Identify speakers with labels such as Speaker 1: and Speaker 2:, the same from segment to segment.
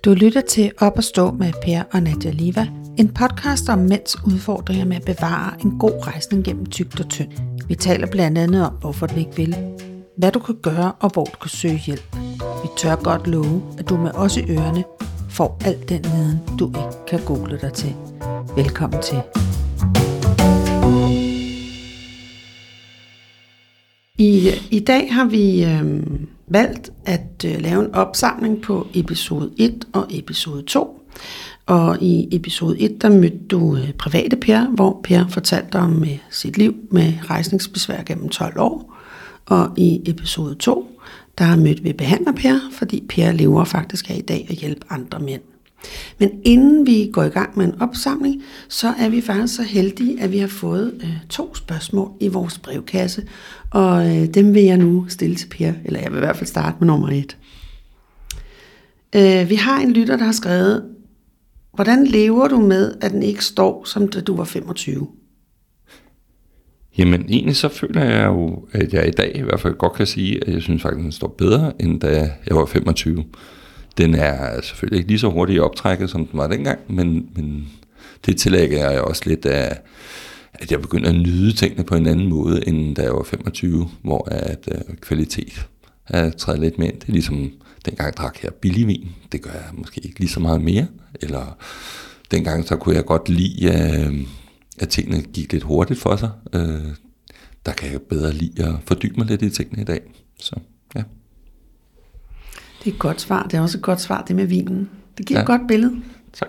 Speaker 1: Du lytter til Op at stå med Per og Nadia Liva, en podcast om mænds udfordringer med at bevare en god rejsning gennem tykt og tynd. Vi taler blandt andet om, hvorfor du ikke vil, hvad du kan gøre og hvor du kan søge hjælp. Vi tør godt love, at du med os i ørerne får al den viden, du ikke kan google dig til. Velkommen til. I dag har vi valgt at lave en opsamling på episode 1 og episode 2. Og i episode 1, der mødte du private Per, hvor Per fortalte om sit liv med rejsningsbesvær gennem 12 år. Og i episode 2, der mødte vi behandler Per, fordi Per lever faktisk af i dag at hjælpe andre mænd. Men inden vi går i gang med en opsamling, så er vi faktisk så heldige, at vi har fået 2 spørgsmål i vores brevkasse. Og dem vil jeg nu stille til Per, eller jeg vil i hvert fald starte med nummer 1. Vi har en lytter, der har skrevet: hvordan lever du med, at den ikke står, som da du var 25?
Speaker 2: Jamen egentlig så føler jeg jo, at jeg i dag i hvert fald godt kan sige, at jeg synes faktisk, at den står bedre, end da jeg var 25. Den er selvfølgelig ikke lige så hurtigt i optrækket, som den var dengang, men det tillægger jeg også lidt af, at jeg begynder at nyde tingene på en anden måde, end da jeg var 25, hvor at kvalitet er trædet lidt mere ind. Det er ligesom dengang drak jeg billig vin, det gør jeg måske ikke lige så meget mere, eller dengang så kunne jeg godt lide, at tingene gik lidt hurtigt for sig. Der kan jeg bedre lide at fordybe mig lidt i tingene i dag, så ja.
Speaker 1: Det er et godt svar. Det er også et godt svar, det med vinen. Det giver et godt billede.
Speaker 2: Tak.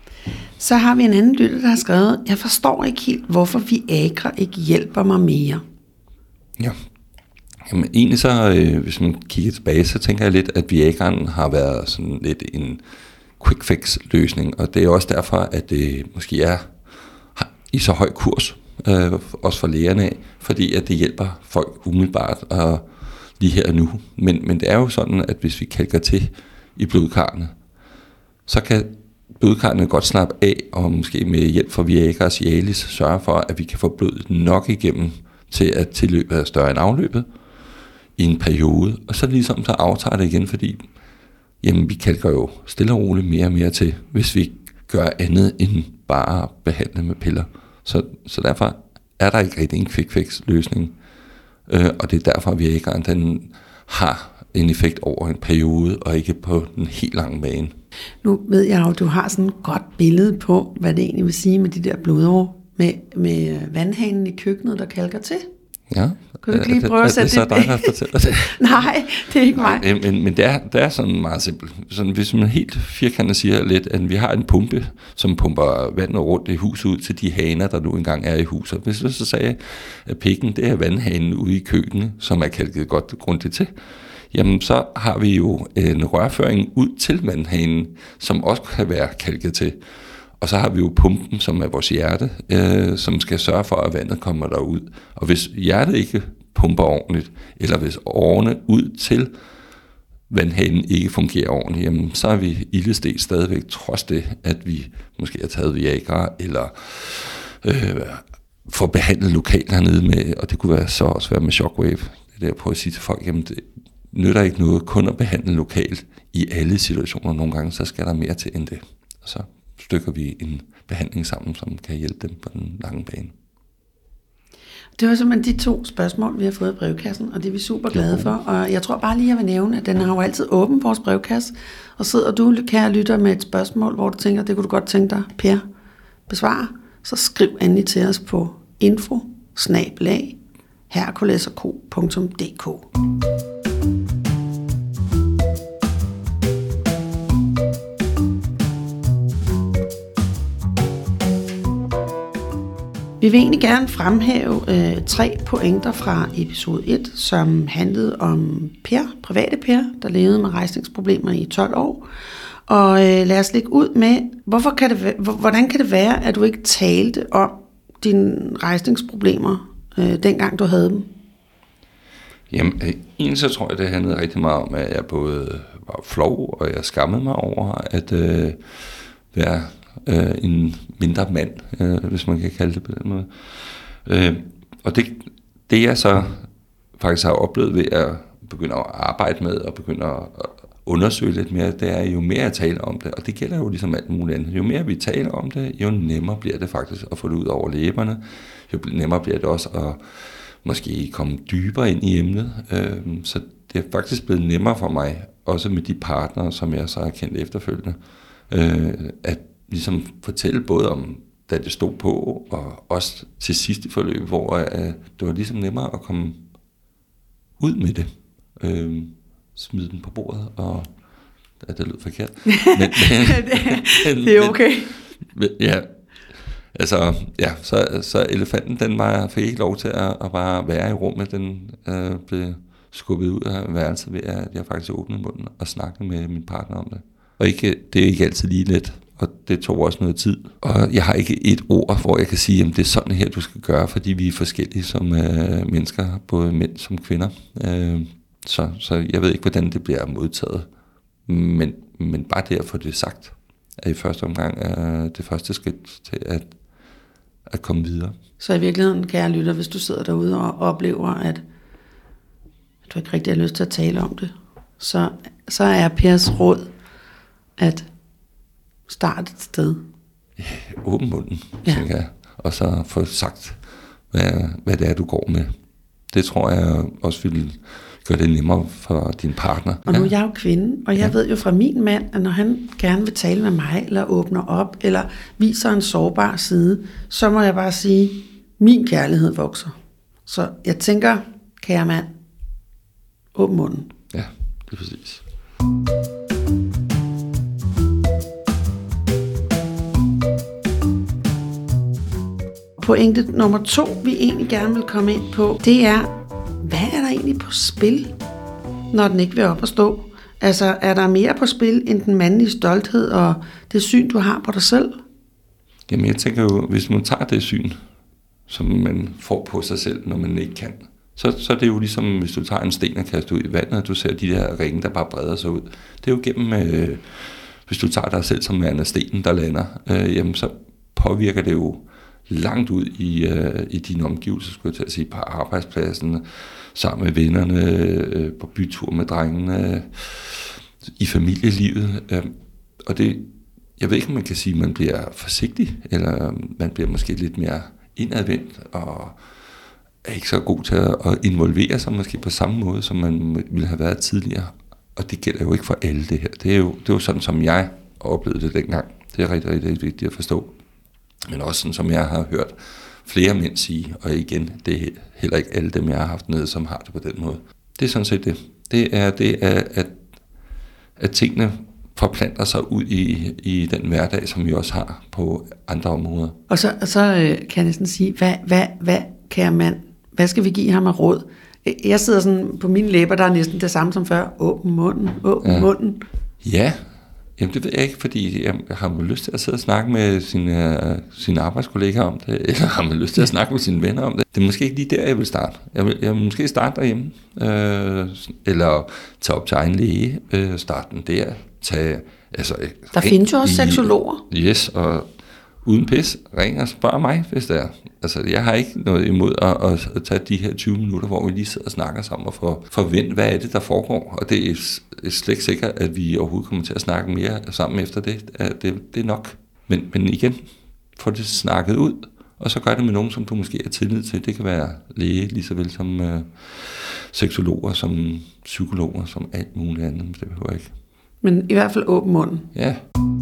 Speaker 1: Så har vi en anden lytter, der har skrevet: jeg forstår ikke helt, hvorfor Viagra ikke hjælper mig mere.
Speaker 2: Ja. Jamen egentlig så, hvis man kigger tilbage, så tænker jeg lidt, at Viagraen har været sådan lidt en quick fix løsning, og det er også derfor, at det måske er i så høj kurs, også for lægerne af, fordi at det hjælper folk umiddelbart og lige her og nu. Men det er jo sådan, at hvis vi kalker til i blodkarrene, så kan blodkarrene godt slappe af, og måske med hjælp fra Viagra og Cialis sørge for, at vi kan få blodet nok igennem til, at tilløbet er større end afløbet i en periode. Og så ligesom så aftager det igen, fordi jamen, vi kalker jo stille og roligt mere og mere til, hvis vi gør andet end bare behandle med piller. Så derfor er der ikke rigtig en quick fix løsning. Og det er derfor, at Viagraen den har en effekt over en periode, og ikke på den helt lange bane.
Speaker 1: Nu ved jeg jo, at du har sådan et godt billede på, hvad det egentlig vil sige med de der blodår, med vandhanen i køkkenet, der kalker til.
Speaker 2: Ja.
Speaker 1: Kunne du ikke lige prøve at sætte det?
Speaker 2: Det er så dig, der fortæller det.
Speaker 1: Nej, det er ikke mig.
Speaker 2: Men det er sådan meget simpelt. Sådan, hvis man helt firkantet siger lidt, at vi har en pumpe, som pumper vandet rundt i huset ud til de haner, der nu engang er i huset. Hvis du så sagde, at pikken, det er vandhanen ude i køkkenet, som er kalket godt grundigt til, jamen så har vi jo en rørføring ud til vandhanen, som også kan være kalket til. Og så har vi jo pumpen, som er vores hjerte, som skal sørge for, at vandet kommer derud. Og hvis hjertet ikke pumper ordentligt, eller hvis årene ud til vandhanen ikke fungerer ordentligt, jamen, så er vi ildested stadigvæk, trods det, at vi måske har taget Viagra, eller får behandlet lokalt hernede med, og det kunne også være med Shockwave. Det er der på at sige til folk, jamen det nytter ikke noget kun at behandle lokalt i alle situationer. Nogle gange, så skal der mere til end det. Og så stykker vi en behandling sammen, som kan hjælpe dem på den lange bane.
Speaker 1: Det var simpelthen de 2 spørgsmål, vi har fået i brevkassen, og det er vi super glade for. Og jeg tror bare lige, jeg vil nævne, at den har jo altid åben, vores brevkasse. Og sidder du, kære lytter, med et spørgsmål, hvor du tænker, det kunne du godt tænke dig, Per, besvare, så skriv endelig til os på info@herkulesogco.dk. Vi vil egentlig gerne fremhæve 3 pointer fra episode 1, som handlede om Per, private Per, der levede med rejsningsproblemer i 12 år. Og lad os lægge ud med, hvordan kan det være, at du ikke talte om dine rejsningsproblemer, dengang du havde dem?
Speaker 2: Jamen, egentlig så tror jeg, det handlede rigtig meget om, at jeg både var flov, og jeg skammede mig over at være en mindre mand, hvis man kan kalde det på den måde. Og det jeg så faktisk har oplevet ved at begynde at arbejde med, og begynde undersøge lidt mere, det er jo mere at tale om det, og det gælder jo ligesom alt muligt andet. Jo mere vi taler om det, jo nemmere bliver det faktisk at få det ud over læberne, jo nemmere bliver det også at måske komme dybere ind i emnet, så det er faktisk blevet nemmere for mig, også med de partnere, som jeg så har kendt efterfølgende, at ligesom fortælle både om, da det stod på, og også til sidste forløb, hvor det var ligesom nemmere at komme ud med det. Smide den på bordet, og det lød forkert. Men,
Speaker 1: det er okay.
Speaker 2: Ja, altså, ja, så elefanten, fik ikke lov til at bare være i rummet, den blev skubbet ud af værelset ved, at jeg faktisk åbnede munden og snakkede med min partner om det. Og det er ikke altid lige let, og det tog også noget tid. Og jeg har ikke et ord, hvor jeg kan sige, at det er sådan her, du skal gøre, fordi vi er forskellige som mennesker, både mænd som kvinder. Så jeg ved ikke, hvordan det bliver modtaget. Men bare det at få det sagt, er i første omgang det første skridt til at komme videre.
Speaker 1: Så i virkeligheden, kære lytter, hvis du sidder derude og oplever, at du ikke rigtig har lyst til at tale om det, så er Pers råd at starte et sted.
Speaker 2: Ja, åbn munden, tænker jeg. Og så få sagt, hvad det er, du går med. Det tror jeg også vil gøre det nemmere for din partner.
Speaker 1: Og nu er jeg jo kvinde, og jeg ved jo fra min mand, at når han gerne vil tale med mig, eller åbner op, eller viser en sårbar side, så må jeg bare sige, min kærlighed vokser. Så jeg tænker, kære mand, åbn munden.
Speaker 2: Ja, det er præcis.
Speaker 1: Pointe nummer 2, vi egentlig gerne vil komme ind på, det er, hvad er der egentlig på spil, når den ikke vil op og stå? Altså, er der mere på spil end den mandlige stolthed og det syn, du har på dig selv?
Speaker 2: Jamen, jeg tænker jo, hvis man tager det syn, som man får på sig selv, når man ikke kan, så er det jo ligesom, hvis du tager en sten og kaster ud i vandet, og du ser de der ringe, der bare breder sig ud. Det er jo gennem, hvis du tager dig selv som en af stenen, der lander, jamen så påvirker det jo langt ud i dine omgivelser, skulle jeg til at sige, på arbejdspladsen, sammen med vennerne, på bytur med drengene, i familielivet. Og det, jeg ved ikke, om man kan sige, at man bliver forsigtig, eller man bliver måske lidt mere indadvendt, og er ikke så god til at involvere sig måske på samme måde, som man ville have været tidligere. Og det gælder jo ikke for alle det her. Det er jo sådan, som jeg oplevede det dengang. Det er rigtig, rigtig vigtigt at forstå. Men også sådan, som jeg har hørt flere mænd sige, og igen, det er heller ikke alle dem, jeg har haft nede, som har det på den måde. Det er sådan set det. Det er det, at tingene forplanter sig ud i den hverdag, som vi også har på andre områder. Og
Speaker 1: så kan jeg næsten sige, hvad kære mand, hvad skal vi give ham af råd? Jeg sidder sådan på mine læber, der er næsten det samme som før. Åbn munden. Munden.
Speaker 2: Ja, jamen det ved jeg ikke, fordi jeg har man lyst til at sidde og snakke med sine arbejdskollegaer om det, eller har man lyst til at snakke med sine venner om det. Det er måske ikke lige der, jeg vil starte. Jeg vil måske starte derhjemme, eller tage op til egen læge, starte den der.
Speaker 1: Der findes jo også seksologer.
Speaker 2: Yes, og uden pis, ring og spørg mig, hvis det er. Altså, jeg har ikke noget imod at tage de her 20 minutter, hvor vi lige sidder og snakker sammen og forvente, hvad er det, der foregår. Og det er slet ikke sikkert, at vi overhovedet kommer til at snakke mere sammen efter det. Det er nok. Men igen, få det snakket ud, og så gør det med nogen, som du måske er tillid til. Det kan være læge, lige så vel som seksologer, som psykologer, som alt muligt andet. Det behøver ikke.
Speaker 1: Men i hvert fald åbn munden.
Speaker 2: Ja.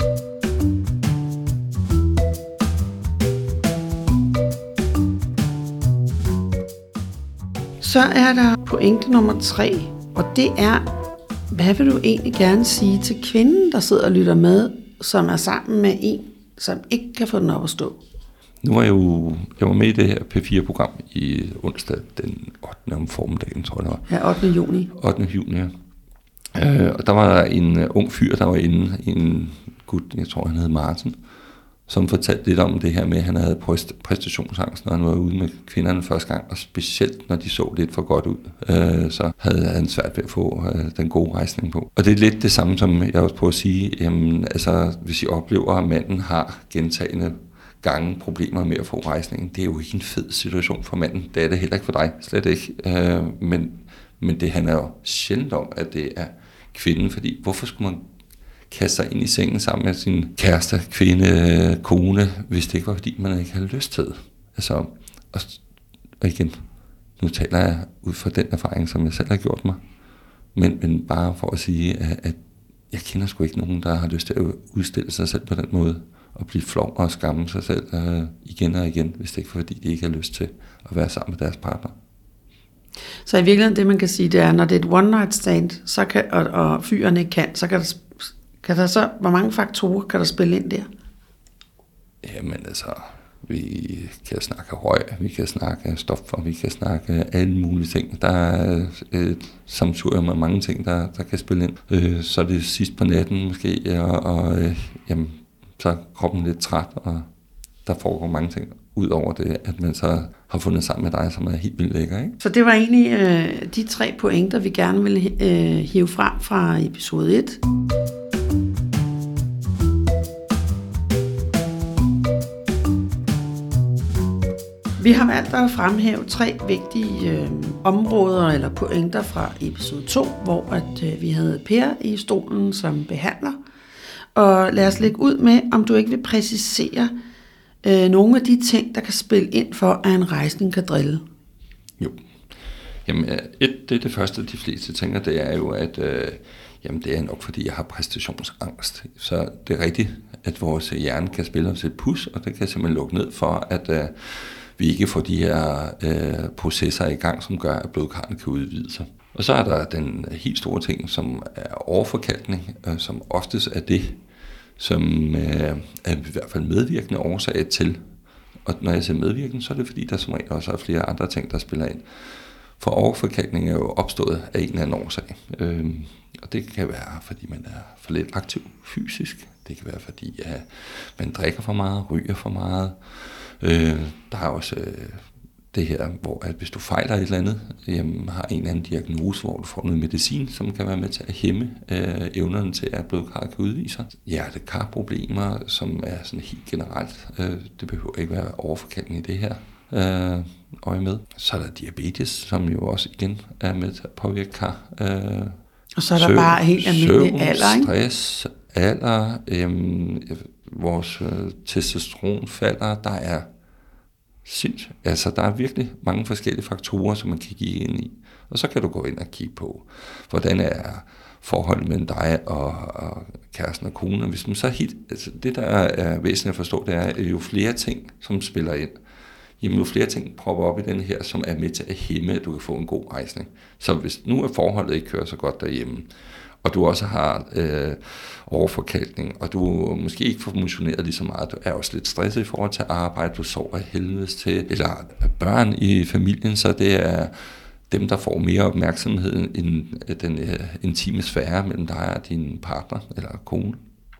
Speaker 1: Så er der pointe nummer 3, og det er, hvad vil du egentlig gerne sige til kvinden, der sidder og lytter med, som er sammen med en, som ikke kan få den op at stå?
Speaker 2: Nu var jeg var med i det her P4-program i onsdag den 8. om formiddagen, tror jeg det var.
Speaker 1: Ja, 8. juni.
Speaker 2: 8. juni, ja. Og der var en ung fyr, der var inde, en gut, jeg tror han hed Martin, som fortalte lidt om det her med, at han havde præstationsangst, når han var ude med kvinderne første gang, og specielt når de så lidt for godt ud, så havde han svært ved at få den gode rejsning på. Og det er lidt det samme, som jeg også prøver at sige, jamen, altså, hvis I oplever, at manden har gentagende gange problemer med at få rejsningen, det er jo ikke en fed situation for manden. Det er det heller ikke for dig, slet ikke. Men det handler jo sjældent om, at det er kvinden, fordi hvorfor skulle man kaste sig ind i sengen sammen med sin kæreste, kvinde, kone, hvis det ikke var, fordi man ikke havde lyst til det. Altså, og igen, nu taler jeg ud fra den erfaring, som jeg selv har gjort mig, men bare for at sige, at jeg kender sgu ikke nogen, der har lyst til at udstille sig selv på den måde, og blive flov og skamme sig selv igen og igen, hvis det ikke er, fordi de ikke har lyst til at være sammen med deres partner.
Speaker 1: Så i virkeligheden det, man kan sige, det er, når det er et one night stand, så kan, og fyren ikke kan, så kan der så, hvor mange faktorer kan der spille ind der?
Speaker 2: Jamen altså, vi kan snakke røg, vi kan snakke stoffer, vi kan snakke alle mulige ting. Der er et samsurium af mange ting, der kan spille ind. Så er det sidst på natten måske, og jamen, så er kroppen lidt træt, og der foregår mange ting. Udover det, at man så har fundet sammen med dig, som er helt vildt lækker, ikke?
Speaker 1: Så det var egentlig de 3 pointer, vi gerne ville hive frem fra episode 1. Vi har valgt at fremhæve 3 vigtige områder eller pointer fra episode 2, hvor at vi havde Per i stolen som behandler. Og lad os lægge ud med, om du ikke vil præcisere nogle af de ting, der kan spille ind for, at en rejsning kan drille.
Speaker 2: Jo. Jamen, det er det første, de fleste tænker, det er jo, at jamen, det er nok, fordi jeg har præstationsangst. Så det er rigtigt, at vores hjerne kan spille os et pus, og det kan simpelthen lukke ned for, at vi ikke får de her processer i gang, som gør, at blodkarrene kan udvide sig. Og så er der den helt store ting, som er overforkalkning, som oftest er det, som er i hvert fald medvirkende årsag til. Og når jeg siger medvirkende, så er det fordi, der som regel også er flere andre ting, der spiller ind. For overforkalkning er jo opstået af en eller anden årsag. Og det kan være, fordi man er for lidt aktiv fysisk. Det kan være, fordi man drikker for meget, ryger for meget. Der er også det her, hvor at hvis du fejler et eller andet, har en eller anden diagnose, hvor du får noget medicin, som kan være med til at hæmme evnerne til, at blodkarret kan udvise sig. Hjertekarproblemer, som er sådan helt generelt. Det behøver ikke være overforkalkning i det her øje med. Så er der diabetes, som jo også igen er med til at påvirke kar.
Speaker 1: Og så er der bare helt almindelig alder, ikke?
Speaker 2: Stress, alder, vores testosteron falder, der er altså der er virkelig mange forskellige faktorer, som man kan kigge ind i. Og så kan du gå ind og kigge på, hvordan er forholdet mellem dig og kæresten og konen. Hvis man så helt, altså det der er væsentligt at forstå, det er, at jo flere ting, som spiller ind, jamen jo flere ting propper op i den her, som er med til at hæmme, at du kan få en god rejsning. Så hvis nu er forholdet ikke kører så godt derhjemme, og du også har overforkalkning, og du måske ikke får motioneret lige så meget, du er også lidt stresset i forhold til arbejde, du sover helvedes til, eller børn i familien, så det er dem, der får mere opmærksomhed end den intime sfære mellem dig og din partner eller kone.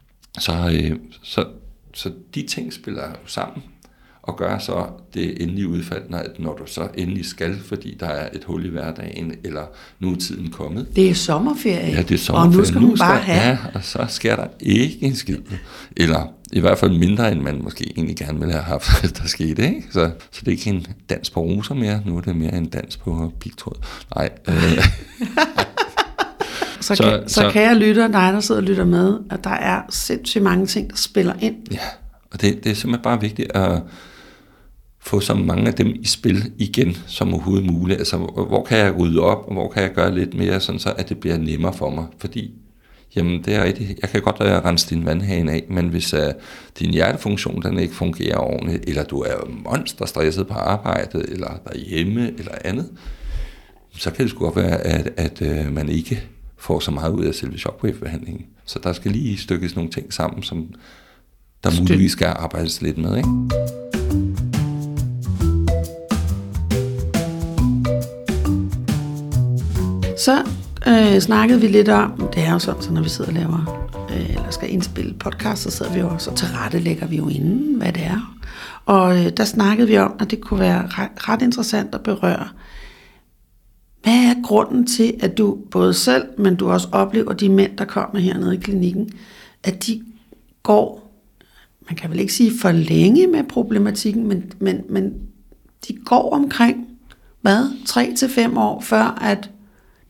Speaker 2: Så de ting spiller sammen, og gør så det endelige udfald, når du så endelig skal, fordi der er et hul i hverdagen, eller nu er tiden kommet.
Speaker 1: Det er sommerferie,
Speaker 2: ja, det er sommerferie.
Speaker 1: Og nu skal hun bare have.
Speaker 2: Ja, og så sker der ikke en skid. Eller i hvert fald mindre, end man måske egentlig gerne ville have haft, der skete, ikke? Så det er ikke en dans på roser mere, nu er det mere en dans på pigtråd. Nej.
Speaker 1: Så kan jeg lytte, og dig, der sidder og lytter med, at der er sindssygt mange ting, der spiller ind.
Speaker 2: Ja, og det er simpelthen bare vigtigt at få så mange af dem i spil igen, som overhovedet muligt. Altså, hvor kan jeg rydde op, og hvor kan jeg gøre lidt mere, sådan så at det bliver nemmere for mig. Fordi, jamen, det er rigtigt. Jeg kan godt rense din vandhane af, men hvis din hjertefunktion den ikke fungerer ordentligt, eller du er monsterstresset på arbejdet, eller derhjemme, eller andet, så kan det sgu godt være, at man ikke får så meget ud af selve shockwave-behandlingen. Så der skal lige stykkes nogle ting sammen, som der muligvis skal arbejdes lidt med, ikke?
Speaker 1: Så snakkede vi lidt om, det er jo sådan, så når vi sidder og laver, eller skal indspille podcast, så sidder vi jo også og tilrettelægger vi jo inden, hvad det er. Og der snakkede vi om, at det kunne være ret interessant at berøre, hvad er grunden til, at du både selv, men du også oplever de mænd, der kommer hernede i klinikken, at de går, man kan vel ikke sige for længe med problematikken, men de går omkring, 3 til 5 år, før at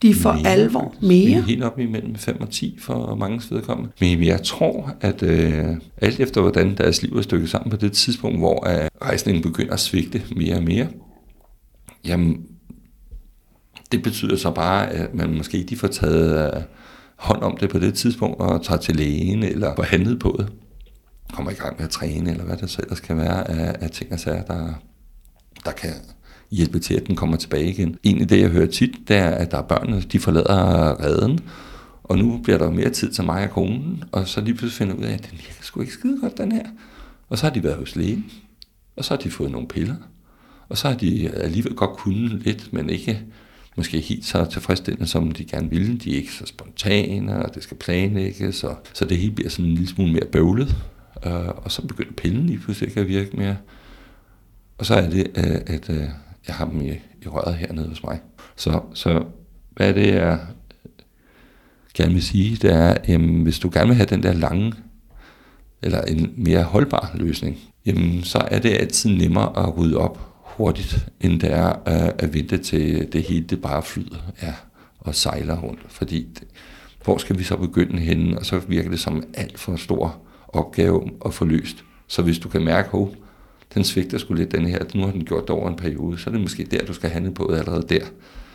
Speaker 1: De får alvor mere.
Speaker 2: Helt op imellem 5 og 10 for mange vedkommende. Men jeg tror, at alt efter hvordan deres liv er stykket sammen på det tidspunkt, hvor rejsningen begynder at svigte mere og mere, jamen, det betyder så bare, at man måske ikke får taget hånd om det på det tidspunkt, og tager til lægen, eller får handlet på det, kommer i gang med at træne, eller hvad det så ellers kan være af ting og sager, der kan hjælpe til, at den kommer tilbage igen. Egentlig det, jeg hører tit, det er, at der er børnene, de forlader reden, og nu bliver der mere tid til mig og konen, og så lige pludselig finder ud af, at den virker sgu ikke skide godt, den her. Og så har de været hos lægen, og så har de fået nogle piller, og så har de alligevel godt kunnet lidt, men ikke måske helt så tilfredsstillende, som de gerne ville. De er ikke så spontane, og det skal planlægges, så det hele bliver sådan en lille smule mere bøvlet. Og så begynder pillen lige pludselig ikke at virke mere. Og så er det, at jeg har dem i røret hernede hos mig. Så hvad er det, jeg gerne vil sige, det er, jamen, hvis du gerne vil have den der lange, eller en mere holdbar løsning, jamen, så er det altid nemmere at rydde op hurtigt, end det er at vente til det hele det bare flyder og sejler rundt. Fordi hvor skal vi så begynde henne? Og så virker det som en alt for stor opgave at få løst. Så hvis du kan mærke, den svigter sgu lidt den her, nu har den gjort det over en periode, så er det måske der, du skal handle på allerede der.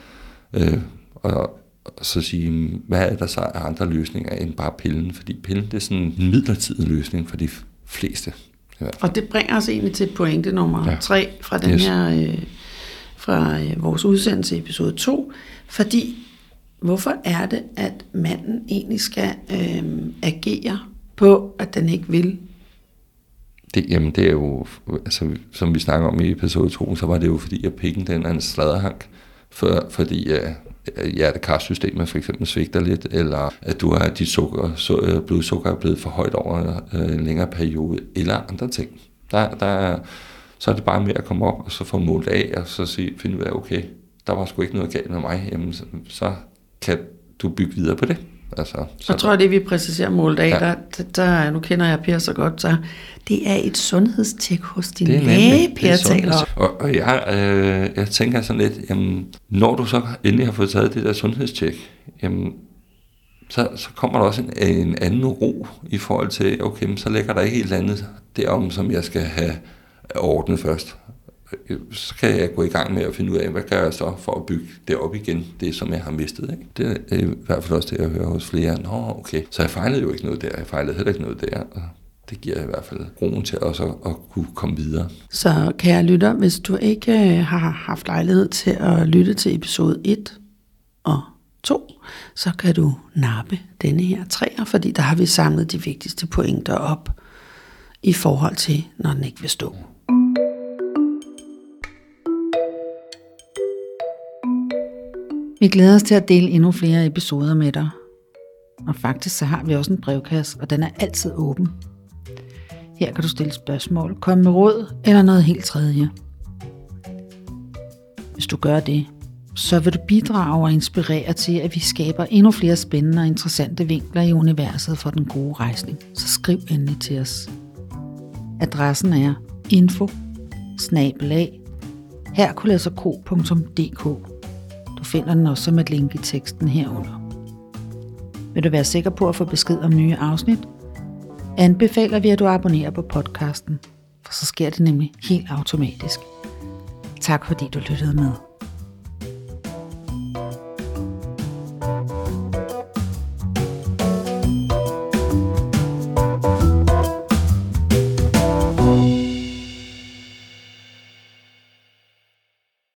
Speaker 2: Og så sige, hvad er der så af andre løsninger end bare pillen? Fordi pillen, det er sådan en midlertidig løsning for de fleste.
Speaker 1: Og det bringer os egentlig til pointe nummer 3 fra den her, fra vores udsendelse episode 2, fordi hvorfor er det, at manden egentlig skal agere på, at den ikke vil?
Speaker 2: Det er jo, altså, som vi snakker om i episode 2, så var det jo fordi, at pikken den er en sladderhank, fordi hjertekarsystemet for eksempel svigter lidt, eller at du har dit blodsukker er blevet for højt over en længere periode, eller andre ting. Så er det bare med at komme op, og så få målt af, og så finde ud af, okay, der var sgu ikke noget galt med mig, jamen, så kan du bygge videre på det. Altså,
Speaker 1: jeg tror, det vi præciserer målt af, der, nu kender jeg Per så godt, så det er et sundhedstjek hos din læge, Per taler.
Speaker 2: Og jeg tænker sådan lidt, jamen, når du så endelig har fået taget det der sundhedstjek, jamen, så kommer der også en anden ro i forhold til, okay, så lægger der ikke et eller andet derom, som jeg skal have ordnet først. Så kan jeg gå i gang med at finde ud af, hvad gør jeg så for at bygge det op igen, det som jeg har mistet. Ikke? Det er i hvert fald også det, jeg hører hos flere. Nå, okay, så jeg fejlede jo ikke noget der, jeg fejlede heller ikke noget der, og det giver i hvert fald roen til også at kunne komme videre.
Speaker 1: Så kære lytter, hvis du ikke har haft lejlighed til at lytte til episode 1 og 2, så kan du nappe denne her 3'er, fordi der har vi samlet de vigtigste pointer op i forhold til, når den ikke vil stå. Vi glæder os til at dele endnu flere episoder med dig. Og faktisk så har vi også en brevkasse, og den er altid åben. Her kan du stille spørgsmål, komme med råd eller noget helt tredje. Hvis du gør det, så vil du bidrage og inspirere til, at vi skaber endnu flere spændende og interessante vinkler i universet for den gode rejsning. Så skriv endelig til os. Adressen er info@herkulesogco.dk. Du finder den også som et link i teksten herunder. Vil du være sikker på at få besked om nye afsnit? Anbefaler vi, at du abonnerer på podcasten, for så sker det nemlig helt automatisk. Tak fordi du lyttede med.